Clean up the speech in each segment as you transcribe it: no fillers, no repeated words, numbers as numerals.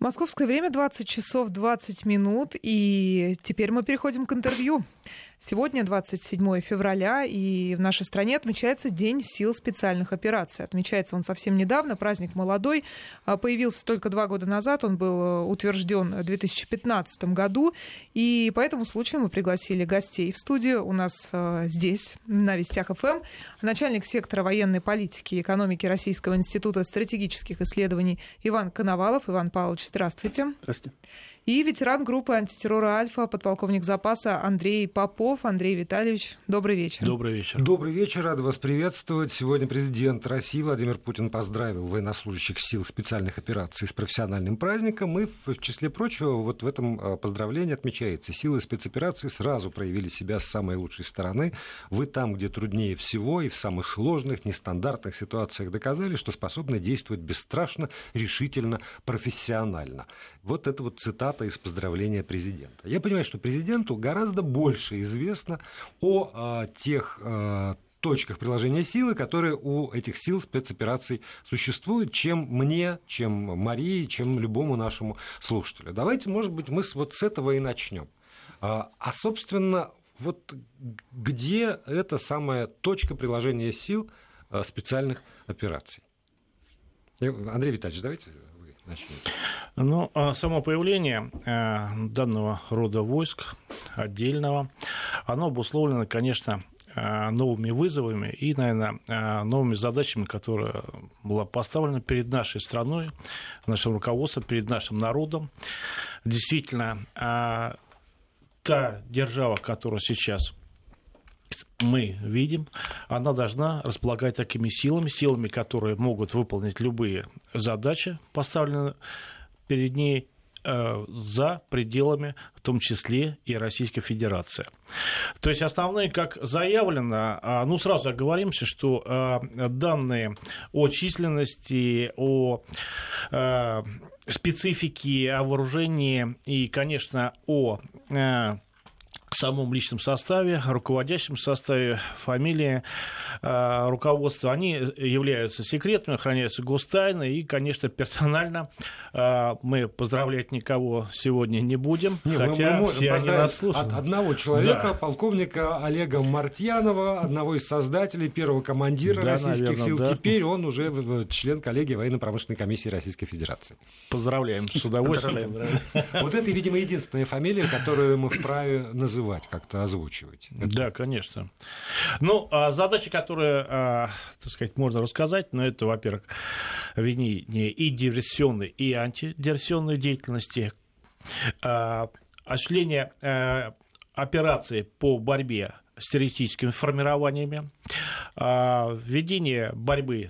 Московское время 20 часов 20 минут, и теперь мы переходим к интервью. Сегодня 27 февраля, и в нашей стране отмечается День сил специальных операций. Отмечается он совсем недавно, праздник молодой, появился только 2 года назад, он был утвержден в 2015 году, и по этому случаю мы пригласили гостей в студию. У нас здесь, на Вестях ФМ, начальник сектора военной политики и экономики Российского института стратегических исследований Иван Коновалов. Иван Павлович, здравствуйте. Здравствуйте. И ветеран группы антитеррора «Альфа», подполковник запаса Андрей Попов. Андрей Витальевич, добрый вечер. Добрый вечер. Добрый вечер, рад вас приветствовать. Сегодня президент России Владимир Путин поздравил военнослужащих сил специальных операций с профессиональным праздником. И, в числе прочего, вот в этом поздравлении отмечается: силы спецопераций сразу проявили себя с самой лучшей стороны. Вы там, где труднее всего, и в самых сложных, нестандартных ситуациях доказали, что способны действовать бесстрашно, решительно, профессионально. Вот это вот цитата из поздравления президента. Я понимаю, что президенту гораздо больше известно о тех точках приложения силы, которые у этих сил спецопераций существуют, чем мне, чем Марии, чем любому нашему слушателю. Давайте, может быть, мы вот с этого и начнем. Собственно, вот где эта самая точка приложения сил специальных операций? Андрей Витальевич, давайте вы начнете. Ну, само появление данного рода войск отдельного, оно обусловлено, конечно, новыми вызовами и, наверное, новыми задачами, которые была поставлена перед нашей страной, нашим руководством, перед нашим народом. Действительно, та держава, которую сейчас мы видим, она должна располагать такими силами, которые могут выполнить любые задачи, поставленные перед ней, за пределами, в том числе и Российской Федерации. То есть основные, как заявлено, сразу оговоримся, что данные о численности, о специфике, о вооружении и, конечно, о самом личном составе, руководящем составе, фамилии руководства, они являются секретными, охраняются гостайной, и, конечно, персонально мы поздравлять никого сегодня не будем, хотя мы все они нас слушают. От одного человека, да. Полковника Олега Мартьянова, одного из создателей, первого командира российских сил. Да. Теперь он уже член коллегии военно-промышленной комиссии Российской Федерации. Поздравляем, с удовольствием. Вот это, видимо, единственная фамилия, которую мы вправе называть, как-то озвучивать. Да, конечно. Задачи, которые, так сказать, можно рассказать, но это, во-первых, ведение и диверсионной, и антидиверсионной деятельности, осуществление операций по борьбе с террористическими формированиями, ведение борьбы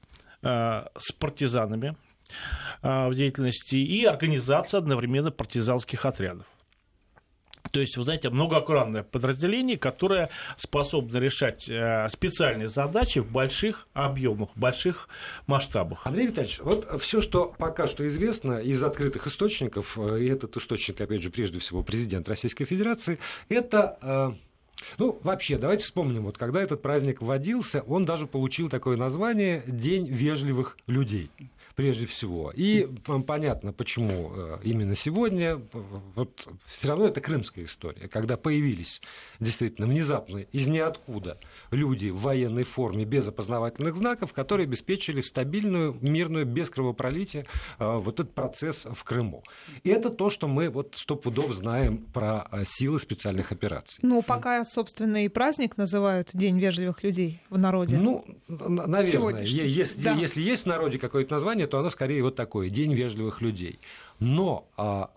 с партизанами в деятельности и организация одновременно партизанских отрядов. То есть, вы знаете, многоокранное подразделение, которое способно решать специальные задачи в больших объемах, в больших масштабах. Андрей Витальевич, вот все, что пока что известно из открытых источников, и этот источник, опять же, прежде всего, президент Российской Федерации, это... вообще, давайте вспомним, вот когда этот праздник вводился, он даже получил такое название «День вежливых людей». Прежде всего. И понятно, почему именно сегодня. Вот, все равно это крымская история, когда появились действительно внезапно из ниоткуда люди в военной форме без опознавательных знаков, которые обеспечили стабильную, мирную, без кровопролития вот этот процесс в Крыму. И это то, что мы вот 100 пудов знаем про силы специальных операций. Пока, собственно, и праздник называют День вежливых людей в народе. Наверное. Если есть в народе какое-то название, то оно скорее вот такое, День вежливых людей. Но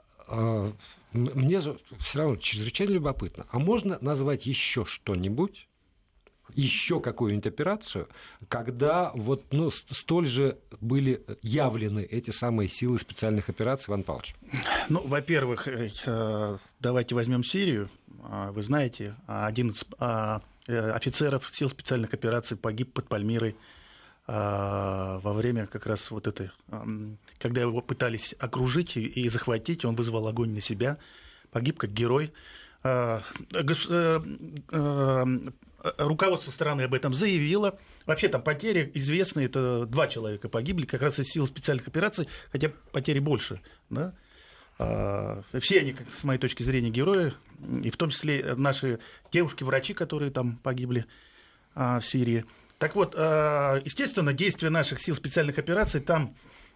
мне все равно чрезвычайно любопытно, а можно назвать еще что-нибудь, еще какую-нибудь операцию, когда столь же были явлены эти самые силы специальных операций, Иван Павлович? Во-первых, давайте возьмем Сирию. Вы знаете, один из офицеров сил специальных операций погиб под Пальмирой во время как раз вот этой, когда его пытались окружить и захватить, он вызвал огонь на себя, погиб как герой. руководство страны об этом заявило. Вообще там потери известны, это 2 человека погибли как раз из сил специальных операций, хотя потери больше. Да? Все они, с моей точки зрения, герои, и в том числе наши девушки-врачи, которые там погибли в Сирии. Так вот, естественно, действия наших сил специальных операций там,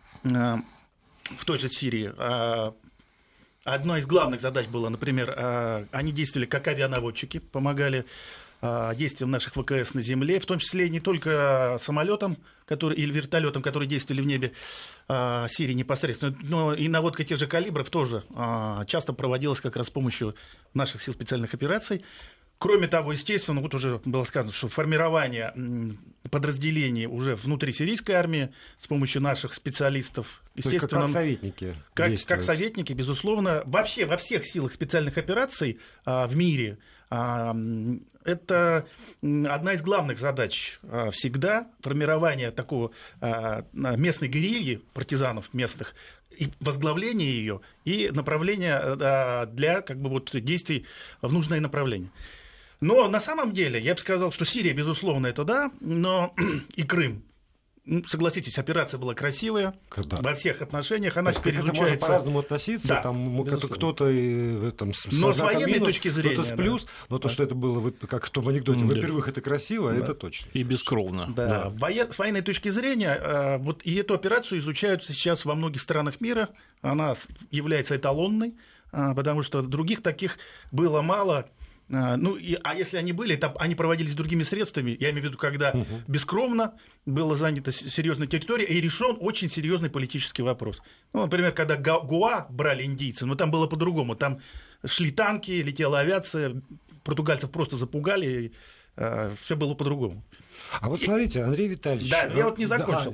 в той же Сирии, одной из главных задач была, например, они действовали как авианаводчики, помогали действиям наших ВКС на земле, в том числе не только самолетам или вертолетам, которые действовали в небе Сирии непосредственно, но и наводка тех же калибров тоже часто проводилась как раз с помощью наших сил специальных операций. Кроме того, естественно, вот уже было сказано, что формирование подразделений уже внутри сирийской армии с помощью наших специалистов, естественно, как советники. Как советники, безусловно, вообще во всех силах специальных операций в мире. Это одна из главных задач всегда формирование такого местной герильи, партизанов местных, и возглавление ее, и направление для действий в нужное направление. Но на самом деле, я бы сказал, что Сирия, безусловно, это да, но и Крым. Согласитесь, операция была красивая во всех отношениях. Она теперь изучается. Можно по-разному относиться. Да, там кто-то но с военной точки зрения, кто-то с плюс, но то, что это было, как в том анекдоте, во-первых, это красиво, это точно. И бескровно. Да. С военной точки зрения, вот и эту операцию изучают сейчас во многих странах мира. Она является эталонной, потому что других таких было мало. А если они были, там они проводились другими средствами, я имею в виду, когда бескровно была занята серьезная территория и решен очень серьезный политический вопрос. Например, когда Гоа брали индийцы, но там было по-другому. Там шли танки, летела авиация, португальцев просто запугали, все было по-другому. А вот смотрите, Андрей Витальевич... Да, я вот не закончил.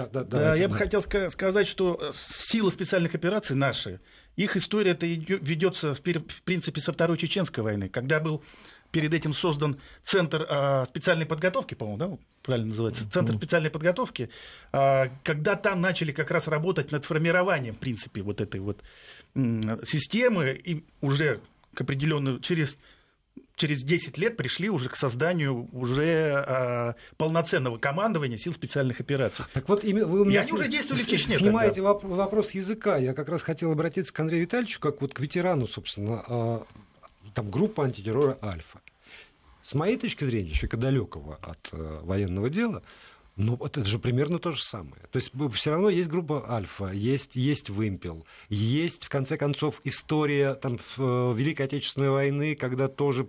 Я бы хотел сказать, что силы специальных операций наши, их история-то ведется, в принципе, со Второй Чеченской войны, когда был перед этим создан Центр специальной подготовки, по-моему, да, правильно называется, Центр специальной подготовки, когда там начали как раз работать над формированием, в принципе, вот этой вот системы, и уже к определенному... Через 10 лет пришли уже к созданию уже полноценного командования сил специальных операций. Так вот, вы у меня они уже действовали в Чечне. Снимаете вопрос языка. Я как раз хотел обратиться к Андрею Витальевичу, как вот к ветерану, собственно, там, группы антитеррора «Альфа». С моей точки зрения, еще далекого от военного дела, ну, это же примерно то же самое. То есть все равно есть группа «Альфа», есть «Вымпел», есть, в конце концов, история там, Великой Отечественной войны, когда тоже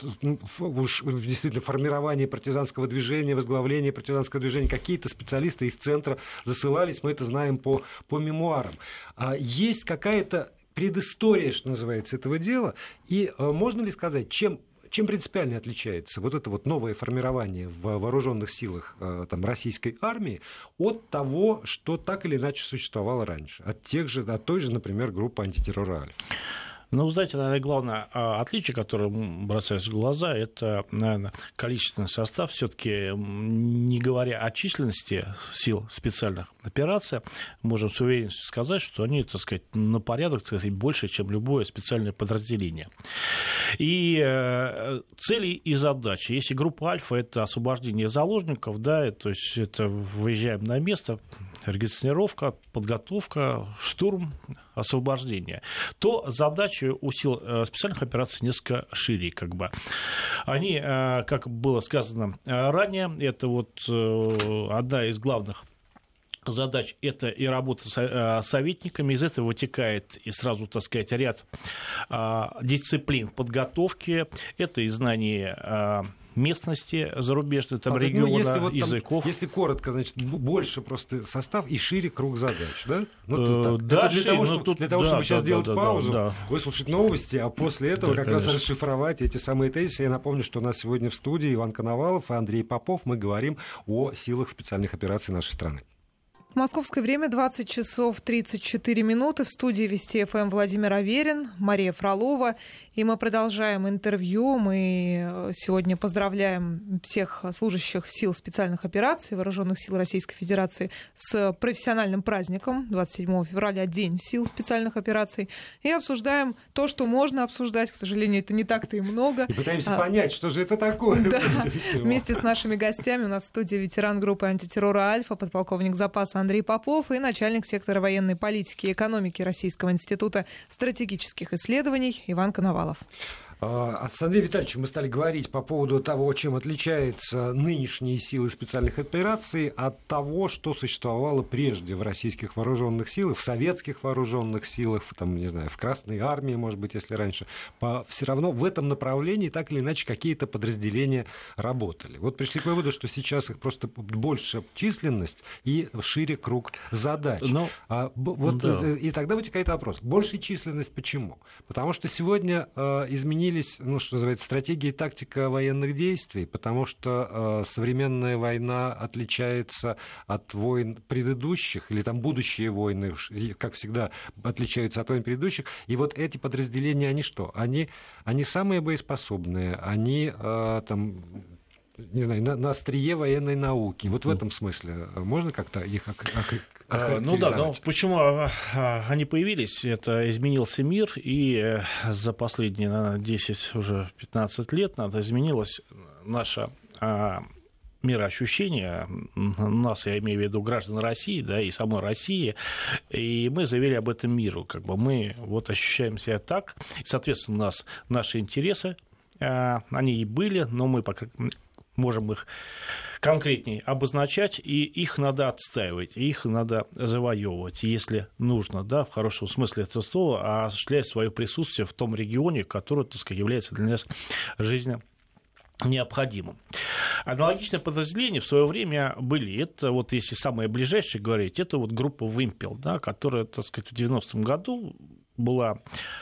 уж действительно формирование партизанского движения, возглавление партизанского движения, какие-то специалисты из центра засылались, мы это знаем по мемуарам. Есть какая-то предыстория, что называется, этого дела, и можно ли сказать, чем принципиально отличается вот это вот новое формирование в вооруженных силах там, российской армии от того, что так или иначе существовало раньше, от той же, например, группы антитеррора «Альфа»? Ну, вы знаете, наверное, главное отличие, которое бросается в глаза, это, наверное, количественный состав. Все-таки, не говоря о численности сил специальных операций, можем с уверенностью сказать, что они, так сказать, на порядок, так сказать, больше, чем любое специальное подразделение. И цели и задачи. Если группа «Альфа» — это освобождение заложников, да, то есть это выезжаем на место, регистрировка, подготовка, штурм, освобождение, то задачи у сил специальных операций несколько шире, как бы. Они, как было сказано ранее, это вот одна из главных задач — это и работа с советниками. Из этого вытекает и сразу, так сказать, ряд дисциплин подготовки. Это и знание местности зарубежной, там, региона, языков. Если коротко, значит, больше просто состав и шире круг задач, да? Да, это для того, чтобы сейчас сделать паузу, выслушать новости, а после этого как раз расшифровать эти самые тезисы. Я напомню, что у нас сегодня в студии Иван Коновалов и Андрей Попов. Мы говорим о силах специальных операций нашей страны. Московское время 20 часов 34 минуты. В студии Вести ФМ Владимир Аверин, Мария Фролова. И мы продолжаем интервью. Мы сегодня поздравляем всех служащих сил специальных операций Вооруженных сил Российской Федерации с профессиональным праздником. 27 февраля День сил специальных операций. И обсуждаем то, что можно обсуждать. К сожалению, это не так-то и много. И пытаемся понять, что же это такое. Да. Вместе с нашими гостями у нас в студии ветеран группы антитеррора «Альфа», подполковник запаса Андрей Попов и начальник сектора военной политики и экономики Российского института стратегических исследований Иван Коновалов. С Андреем Витальевичем мы стали говорить по поводу того, чем отличаются нынешние силы специальных операций от того, что существовало прежде в российских вооруженных силах, в советских вооруженных силах, там, не знаю, в Красной армии, может быть, если раньше. Все равно в этом направлении так или иначе какие-то подразделения работали. Вот пришли к выводу, что сейчас их просто больше численность и шире круг задач. И тогда вытекает вопрос. Большая численность почему? Потому что сегодня изменились, что называется, стратегия и тактика военных действий, потому что современная война отличается от войн предыдущих, или там будущие войны, как всегда, отличаются от войн предыдущих. И вот эти подразделения, они что? Они самые боеспособные, они не знаю, на острие военной науки. Вот в этом смысле можно как-то их охарактеризовать? Ну да, но почему они появились? Это изменился мир, и за последние, наверное, 10, уже 15 лет изменилось наше мироощущение, нас, я имею в виду граждан России, да, и самой России, и мы заявили об этом миру. Мы вот ощущаем себя так, и, соответственно, у нас наши интересы, они и были, но мы пока можем их конкретнее обозначать, и их надо отстаивать, их надо завоевывать, если нужно, да, в хорошем смысле этого слова, осуществлять свое присутствие в том регионе, который, так сказать, является для нас жизненно необходимым. Аналогичные подразделения в свое время были. Это вот, если самое ближайшее говорить, это вот группа «Вымпел», да, которая, так сказать, в 90-м году была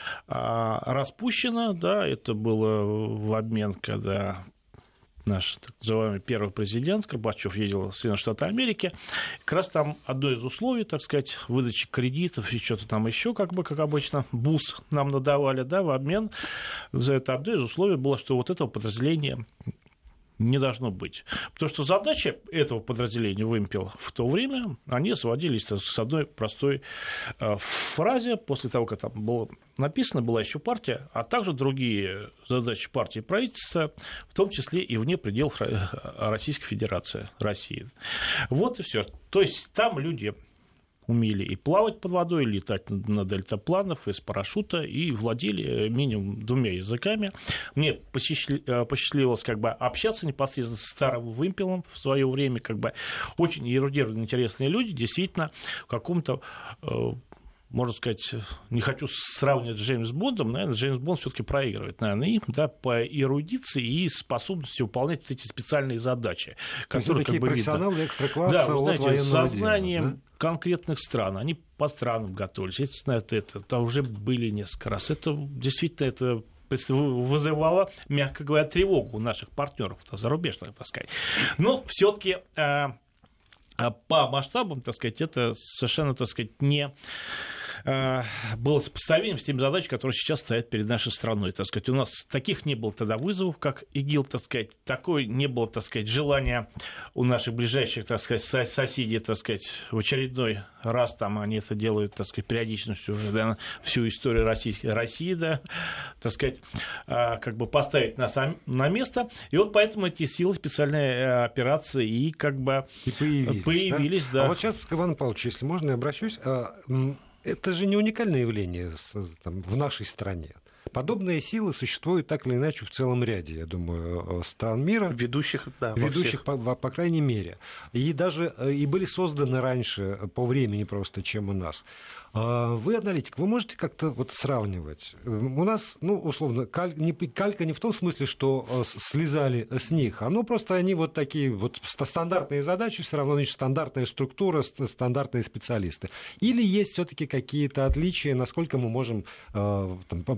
распущена, да, это было в обмен, когда наш так называемый первый президент Горбачев ездил в Соединенные Штаты Америки. Как раз там одно из условий, так сказать, выдачи кредитов и что-то там еще, как обычно, БУС нам надавали, да, в обмен за это одно из условий было, что вот этого подразделения не должно быть. Потому что задача этого подразделения «Вымпел» в то время, они сводились с одной простой фразе. После того, как там было написано, была еще партия, а также другие задачи партии и правительства, в том числе и вне пределов Российской Федерации, России. Вот и все. То есть там люди умели и плавать под водой, и летать на дельтапланах, из парашюта, и владели минимум 2 языками. Мне посчастливилось общаться непосредственно с старым «Вымпелом» в свое время. Очень эрудированные, интересные люди, действительно в каком-то... можно сказать, не хочу сравнивать с Джеймс Бондом, наверное, Джеймс Бонд все-таки проигрывает, наверное, им, да, по эрудиции и способности выполнять вот эти специальные задачи, которые такие профессионалы экстра-класса, да, вы знаете, от с сознанием дела, да? конкретных стран, они по странам готовились, эти знают это уже были несколько раз, это действительно это вызывало, мягко говоря, тревогу у наших партнеров зарубежных, так сказать. Но все-таки по масштабам, так сказать, это совершенно, так сказать, не было сопоставимо с теми задачами, которые сейчас стоят перед нашей страной. Так сказать, у нас таких не было тогда вызовов, как ИГИЛ, так сказать, такое не было, так сказать, желания у наших ближайших, так сказать, соседей, так сказать, в очередной раз там они это делают, так сказать, периодичностью уже, да, всю историю России, да, так сказать, поставить нас на место. И вот поэтому эти силы специальной операции и появились, да. А вот сейчас, Иван Павлович, если можно, я обращусь. Это же не уникальное явление в нашей стране. Подобные силы существуют так или иначе в целом ряде, я думаю, стран мира. Ведущих, по крайней мере. И даже и были созданы раньше по времени просто, чем у нас. Вы аналитик, вы можете как-то сравнивать? У нас, условно, калька не в том смысле, что слезали с них, просто они такие стандартные задачи, все равно стандартная структура, стандартные специалисты. Или есть все-таки какие-то отличия, насколько мы можем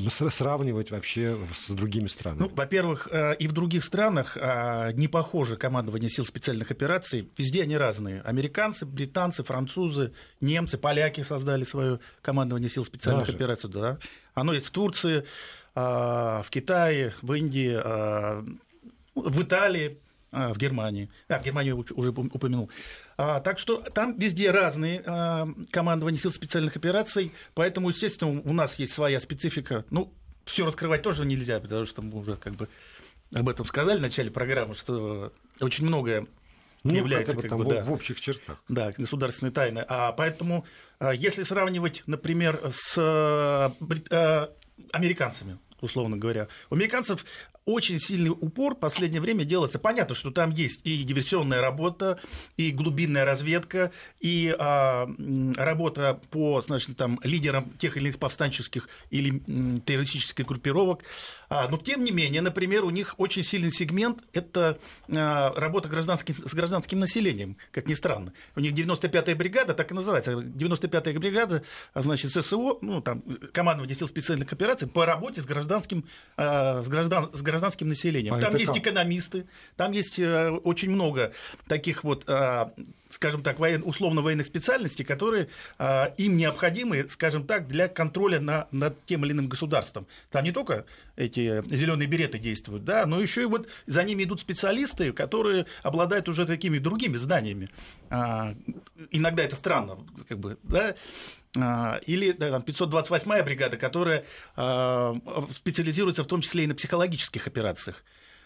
сравнивать вообще с другими странами? Ну, во-первых, и в других странах не похоже командование сил специальных операций. Везде они разные. Американцы, британцы, французы, немцы, поляки создали свое командование сил специальных операций. Да. Оно есть в Турции, в Китае, в Индии, в Италии, в Германии. В Германии уже упомянул. Так что там везде разные командования сил специальных операций, поэтому, естественно, у нас есть своя специфика. Ну, все раскрывать тоже нельзя, потому что мы уже как бы об этом сказали в начале программы, что очень многое является как бы, в общих чертах. Да, государственной тайной. Поэтому, если сравнивать, например, с американцами, условно говоря, у американцев очень сильный упор в последнее время делается. Понятно, что там есть и диверсионная работа, и глубинная разведка, и работа по, значит, там, лидерам тех или иных повстанческих или террористических группировок. Но, тем не менее, например, у них очень сильный сегмент – это работа с гражданским населением, как ни странно. У них 95-я бригада, так и называется, 95-я бригада, значит, ССО, ну, там, командование сил специальных операций по работе с гражданским населением. Там есть экономисты, там есть очень много таких вот, скажем так, условно-военных специальностей, которые им необходимы, скажем так, для контроля над тем или иным государством. Там не только эти зеленые береты действуют, да, но еще и вот за ними идут специалисты, которые обладают уже такими другими знаниями. Иногда это странно, как бы, да. Или там, 528-я бригада, которая специализируется в том числе и на психологических операциях.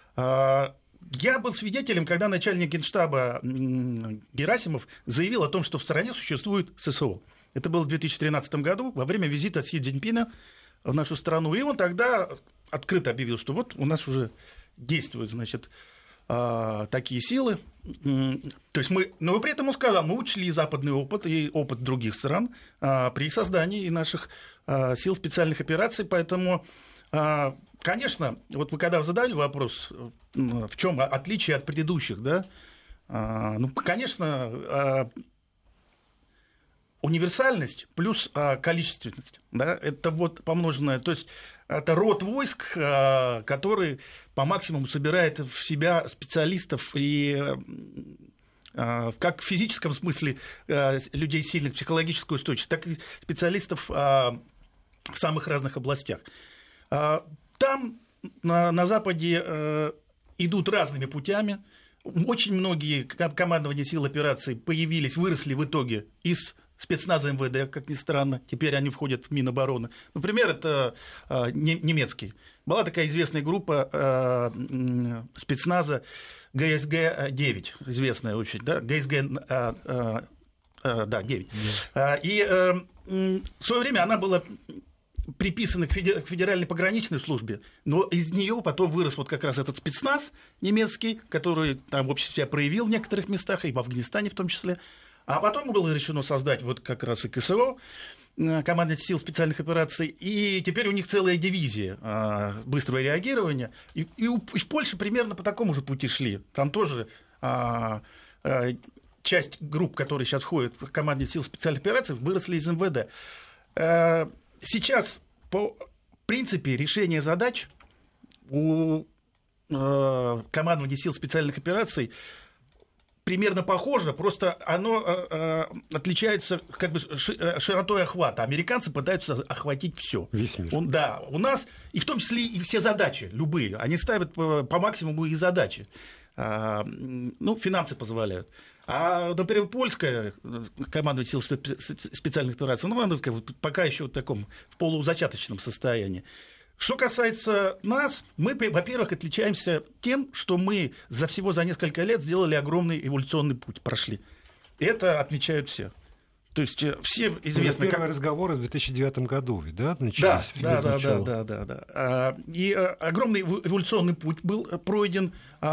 Я был свидетелем, когда начальник Генштаба Герасимов заявил о том, что в стране существует ССО. Это было в 2013 году, во время визита Си Цзиньпина в нашу страну. И он тогда открыто объявил, что вот у нас уже действуют, значит, такие силы. То есть но при этом он сказал, мы учли западный опыт и опыт других стран при создании наших сил специальных операций, поэтому, конечно, вот вы когда задали вопрос, в чем отличие от предыдущих, да, ну, конечно, универсальность плюс количественность, да, это вот помноженное, то есть это род войск, который по максимуму собирает в себя специалистов и как в физическом смысле людей сильных, психологической устойчивости, так и специалистов в самых разных областях. Там на Западе идут разными путями. Очень многие командования сил операций выросли в итоге из спецназа МВД, как ни странно. Теперь они входят в Минобороны. Например, это немецкий. Была такая известная группа спецназа ГСГ-9, известная очень, да, ГСГ-9. И в свое время она была приписана к Федеральной пограничной службе, но из нее потом вырос вот как раз этот спецназ немецкий, который там в обществе себя проявил в некоторых местах, и в Афганистане в том числе. А потом было решено создать вот как раз и КСО, командование сил специальных операций, и теперь у них целая дивизия быстрого реагирования. И в Польше примерно по такому же пути шли. Там тоже часть групп, которые сейчас входят в командование сил специальных операций, выросли из МВД. Сейчас, по принципе, решение задач у командования сил специальных операций примерно похоже, просто оно отличается как бы широтой охвата. Американцы пытаются охватить все. Весь мир. Да, у нас, и в том числе и все задачи, любые, они ставят по максимуму и задачи. Ну, финансы позволяют. А, например, польская командование сил специальных операций, ну, она пока еще в таком в полузачаточном состоянии. Что касается нас, мы, во-первых, отличаемся тем, что мы всего за несколько лет сделали огромный эволюционный путь, прошли. И это отмечают все. То есть все известно... Первые разговоры в 2009 году, да, начались? Да. И огромный эволюционный путь был пройден.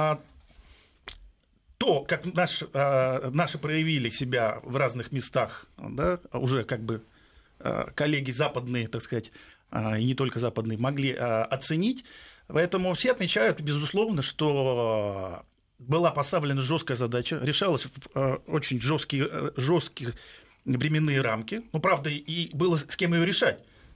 То, как наши проявили себя в разных местах, да, уже как бы коллеги западные, так сказать, и не только западные, могли оценить. Поэтому все отмечают, безусловно, что была поставлена жесткая задача, решалась очень жесткие временные рамки. Ну, правда, и было с кем ее решать.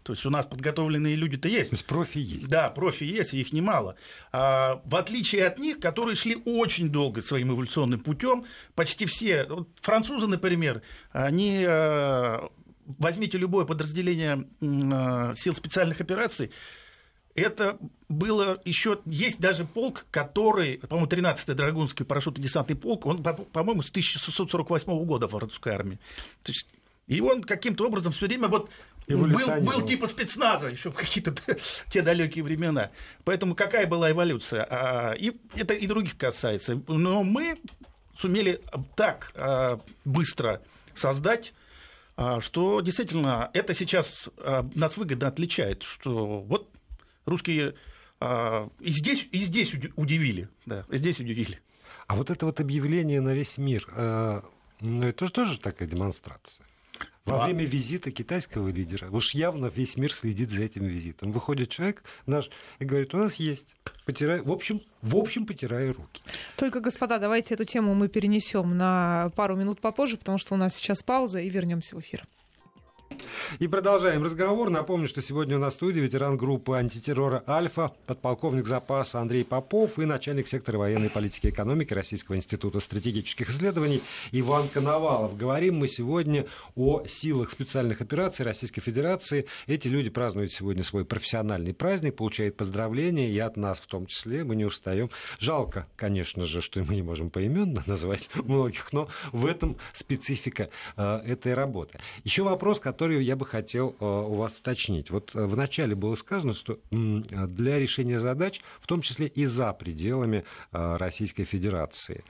То есть у нас подготовленные люди-то есть. То есть профи есть. Да, профи есть, и их немало. В отличие от них, которые шли очень долго своим эволюционным путем, почти все, вот французы, например, они, возьмите любое подразделение сил специальных операций, это было еще... Есть даже полк, который, по-моему, 13-й Драгунский парашютно-десантный полк, он, по-моему, с 1648 года в французской армии. То есть, и он каким-то образом все время вот был типа спецназа еще в какие-то те далекие времена. Поэтому какая была эволюция? И это и других касается. Но мы сумели так быстро создать, что действительно это сейчас нас выгодно отличает, что вот русские и здесь удивили, да, здесь удивили. А вот это вот объявление на весь мир, ну это же тоже такая демонстрация. Во время визита китайского лидера уж явно весь мир следит за этим визитом. Выходит человек наш и говорит, у нас есть, в общем, потирая руки. Только, господа, давайте эту тему мы перенесем на пару минут попозже, потому что у нас сейчас пауза, и вернемся в эфир. И продолжаем разговор. Напомню, что сегодня у нас в студии ветеран группы антитеррора «Альфа», подполковник запаса Андрей Попов и начальник сектора военной политики и экономики Российского института стратегических исследований Иван Коновалов. Говорим мы сегодня о силах специальных операций Российской Федерации. Эти люди празднуют сегодня свой профессиональный праздник, получают поздравления, и от нас в том числе. Мы не устаем. Жалко, конечно же, что мы не можем поименно назвать многих, но в этом специфика этой работы. Еще вопрос, который я бы хотел у вас уточнить. Вот вначале было сказано, что для решения задач, в том числе и за пределами Российской Федерации,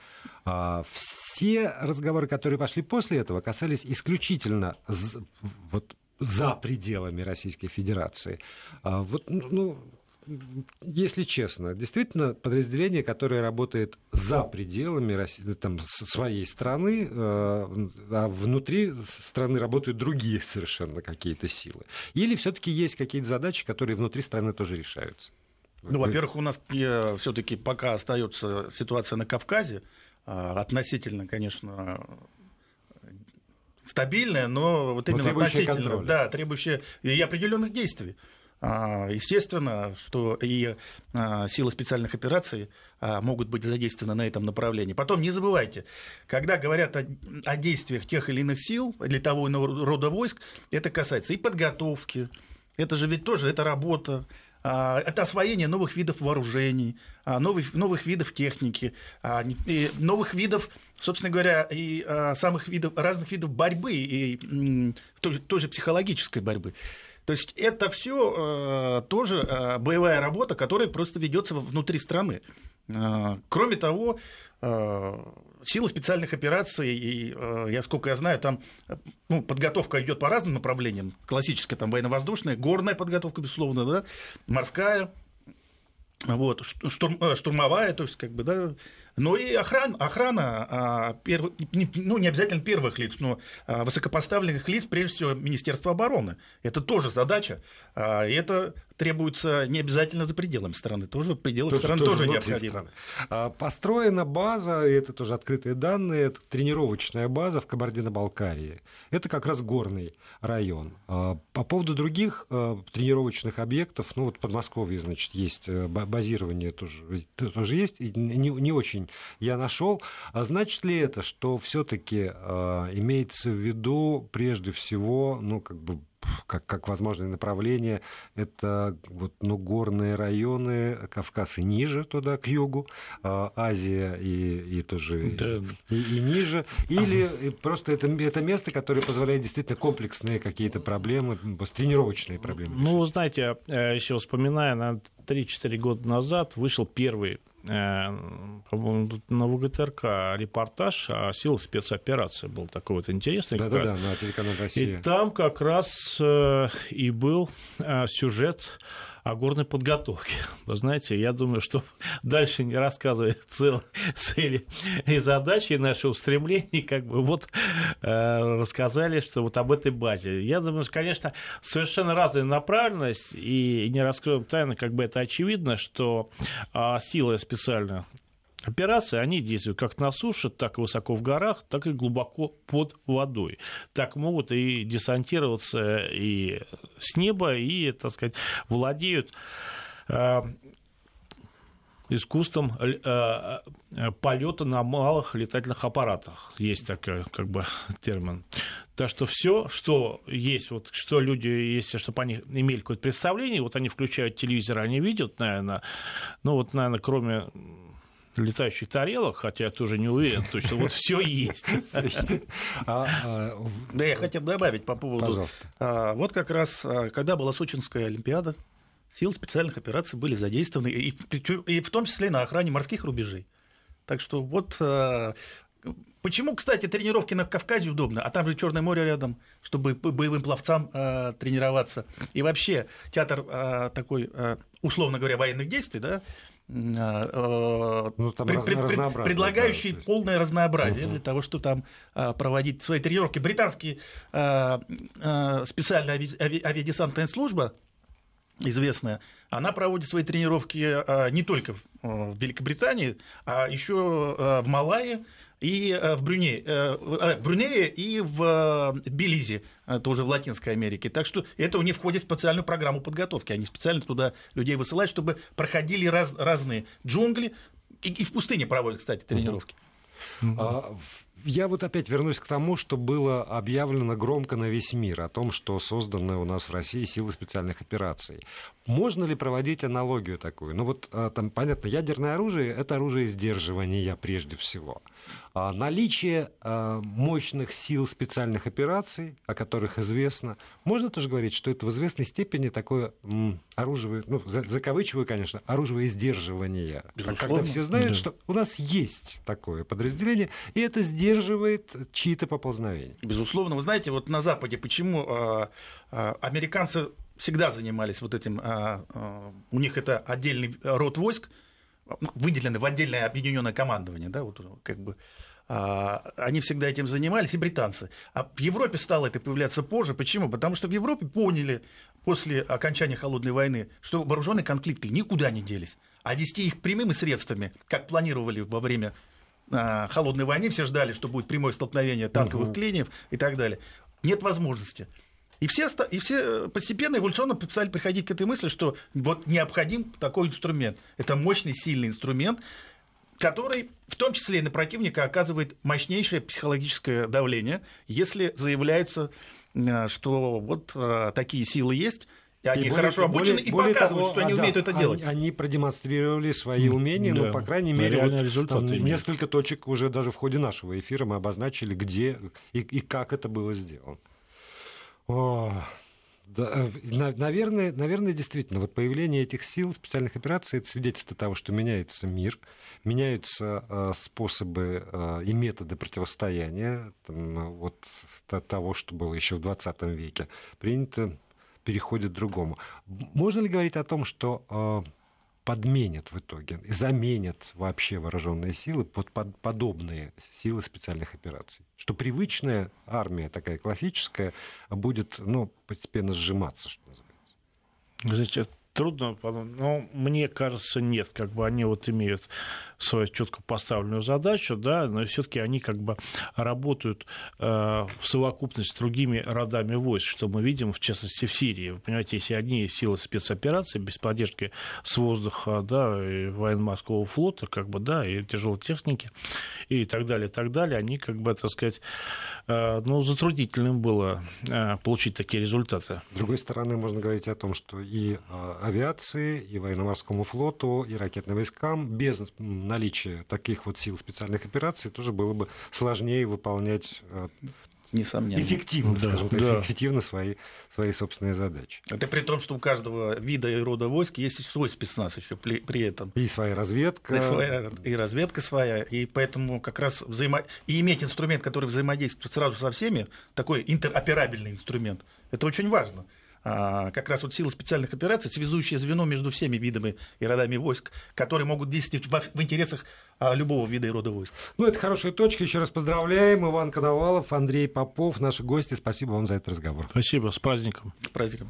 все разговоры, которые пошли после этого, касались исключительно за пределами Российской Федерации. Если честно, действительно подразделение, которое работает за пределами своей страны, а внутри страны работают другие совершенно какие-то силы. Или все-таки есть какие-то задачи, которые внутри страны тоже решаются? Ну, во-первых, у нас все-таки пока остается ситуация на Кавказе, относительно, конечно, стабильная, но вот именно относительно, да, требующая и определенных действий. Естественно, что и силы специальных операций могут быть задействованы на этом направлении. Потом не забывайте, когда говорят о действиях тех или иных сил или того или иного рода войск, это касается и подготовки, это же ведь тоже это работа, это освоение новых видов вооружений, новых видов техники, новых видов, собственно говоря, и разных видов борьбы, и той же психологической борьбы. То есть это все тоже боевая работа, которая просто ведется внутри страны. Кроме того, силы специальных операций, и, сколько я знаю, там подготовка идет по разным направлениям. Классическая там военно-воздушная, горная подготовка, безусловно, да, морская, вот, штурмовая, то есть как бы, да. Но и охрана не обязательно первых лиц, но высокопоставленных лиц, прежде всего, Министерства обороны. Это тоже задача, и это требуется не обязательно за пределами страны, тоже в пределах страны тоже необходимо. Построена база, и это тоже открытые данные, это тренировочная база в Кабардино-Балкарии. Это как раз горный район. По поводу других тренировочных объектов, ну вот в Подмосковье, значит, есть базирование, тоже есть, не очень я нашел. А значит ли это, что все-таки имеется в виду прежде всего, как возможное направление, это горные районы, Кавказ и ниже туда, к югу, Азия и тоже и ниже, или просто это место, которое позволяет действительно комплексные какие-то проблемы, тренировочные проблемы? Ну, знаете, еще вспоминая, 3-4 года назад вышел первый, по-моему, на ВГТРК репортаж о силах спецоперации. Был такой вот интересный. Да, на телеканале «Россия». И там как раз и был сюжет о горной подготовке. Вы знаете, я думаю, что дальше не рассказывая цели и задачи, и наши устремления, рассказали, что вот об этой базе. Я думаю, что, конечно, совершенно разная направленность, и не раскроем тайны, это очевидно, что силы специальных операции, они действуют как на суше, так и высоко в горах, так и глубоко под водой. Так могут и десантироваться, и с неба и, так сказать, владеют искусством полета на малых летательных аппаратах. Есть такой термин. Так что все, что есть, вот, что люди, если чтобы они имели какое-то представление, вот они включают телевизор, они видят, наверное, кроме летающих тарелок, хотя я тоже не уверен, точно, вот все есть. Да, я хотел добавить по поводу... Пожалуйста. Вот как раз, когда была Сочинская Олимпиада, силы специальных операций были задействованы, и в том числе на охране морских рубежей. Так что вот... Почему, кстати, тренировки на Кавказе удобно, а там же Черное море рядом, чтобы боевым пловцам тренироваться. И вообще театр такой, условно говоря, военных действий, да, предлагающий полное разнообразие для того, чтобы там проводить свои тренировки. Британские специальная авиадесантная служба, известная, она проводит свои тренировки не только в Великобритании, а еще в Малайи и в Брунее и в Белизе, тоже в Латинской Америке. Так что это у них входит в специальную программу подготовки. Они специально туда людей высылают, чтобы проходили разные джунгли. И в пустыне проводят, кстати, тренировки. Я вот опять вернусь к тому, что было объявлено громко на весь мир о том, что созданы у нас в России силы специальных операций. Можно ли проводить аналогию такую? Ну вот там, понятно, ядерное оружие — это оружие сдерживания прежде всего. Наличие мощных сил специальных операций, о которых известно, можно тоже говорить, что это в известной степени такое оружие, ну, закавычиваю, конечно, оружие сдерживания. Когда все знают, что у нас есть такое подразделение, и это сдерживает чьи-то поползновения. Безусловно. Вы знаете, вот на Западе почему американцы всегда занимались вот этим, у них это отдельный род войск, выделены в отдельное объединенное командование, да, вот как бы они всегда этим занимались, и британцы. А в Европе стало это появляться позже. Почему? Потому что в Европе поняли после окончания Холодной войны, что вооруженные конфликты никуда не делись, а вести их прямыми средствами, как планировали во время Холодной войны, все ждали, что будет прямое столкновение танковых клиньев и так далее. Нет возможности. И все постепенно, эволюционно стали приходить к этой мысли, что вот необходим такой инструмент. Это мощный, сильный инструмент, который в том числе и на противника оказывает мощнейшее психологическое давление, если заявляется, что вот такие силы есть, и они хорошо обучены и показывают, что они умеют это делать. Они продемонстрировали свои умения, но, по крайней мере, вот, несколько точек уже даже в ходе нашего эфира мы обозначили, где и как это было сделано. Да, наверное, действительно, вот появление этих сил специальных операций — это свидетельство того, что меняется мир, меняются способы и методы противостояния вот, того, что было еще в 20 веке, принято, переходит к другому. Можно ли говорить о том, что подменят в итоге, заменят вообще вооруженные силы под подобные силы специальных операций? Что привычная армия, такая классическая, будет постепенно сжиматься, что называется? Знаете, трудно подумать, но мне кажется, нет. Как бы они вот имеют свою четко поставленную задачу, да, но все-таки они как бы работают в совокупности с другими родами войск, что мы видим, в частности, в Сирии. Вы понимаете, если одни силы спецопераций без поддержки с воздуха, да, и военно-морского флота, как бы, да, и тяжелой техники, и так далее, они, как бы, так сказать, затруднительным было получить такие результаты. С другой стороны, можно говорить о том, что и авиации, и военно-морскому флоту, и ракетным войскам без наличия таких вот сил специальных операций тоже было бы сложнее выполнять эффективно, эффективно свои собственные задачи. Это при том, что у каждого вида и рода войск есть свой спецназ еще при этом. И своя разведка. И разведка своя. И поэтому как раз и иметь инструмент, который взаимодействует сразу со всеми, такой интероперабельный инструмент, это очень важно. Как раз вот силы специальных операций, связующее звено между всеми видами и родами войск, которые могут действовать в интересах любого вида и рода войск. Это хорошая точка. Еще раз поздравляем. Иван Коновалов, Андрей Попов, наши гости. Спасибо вам за этот разговор. Спасибо. С праздником. С праздником.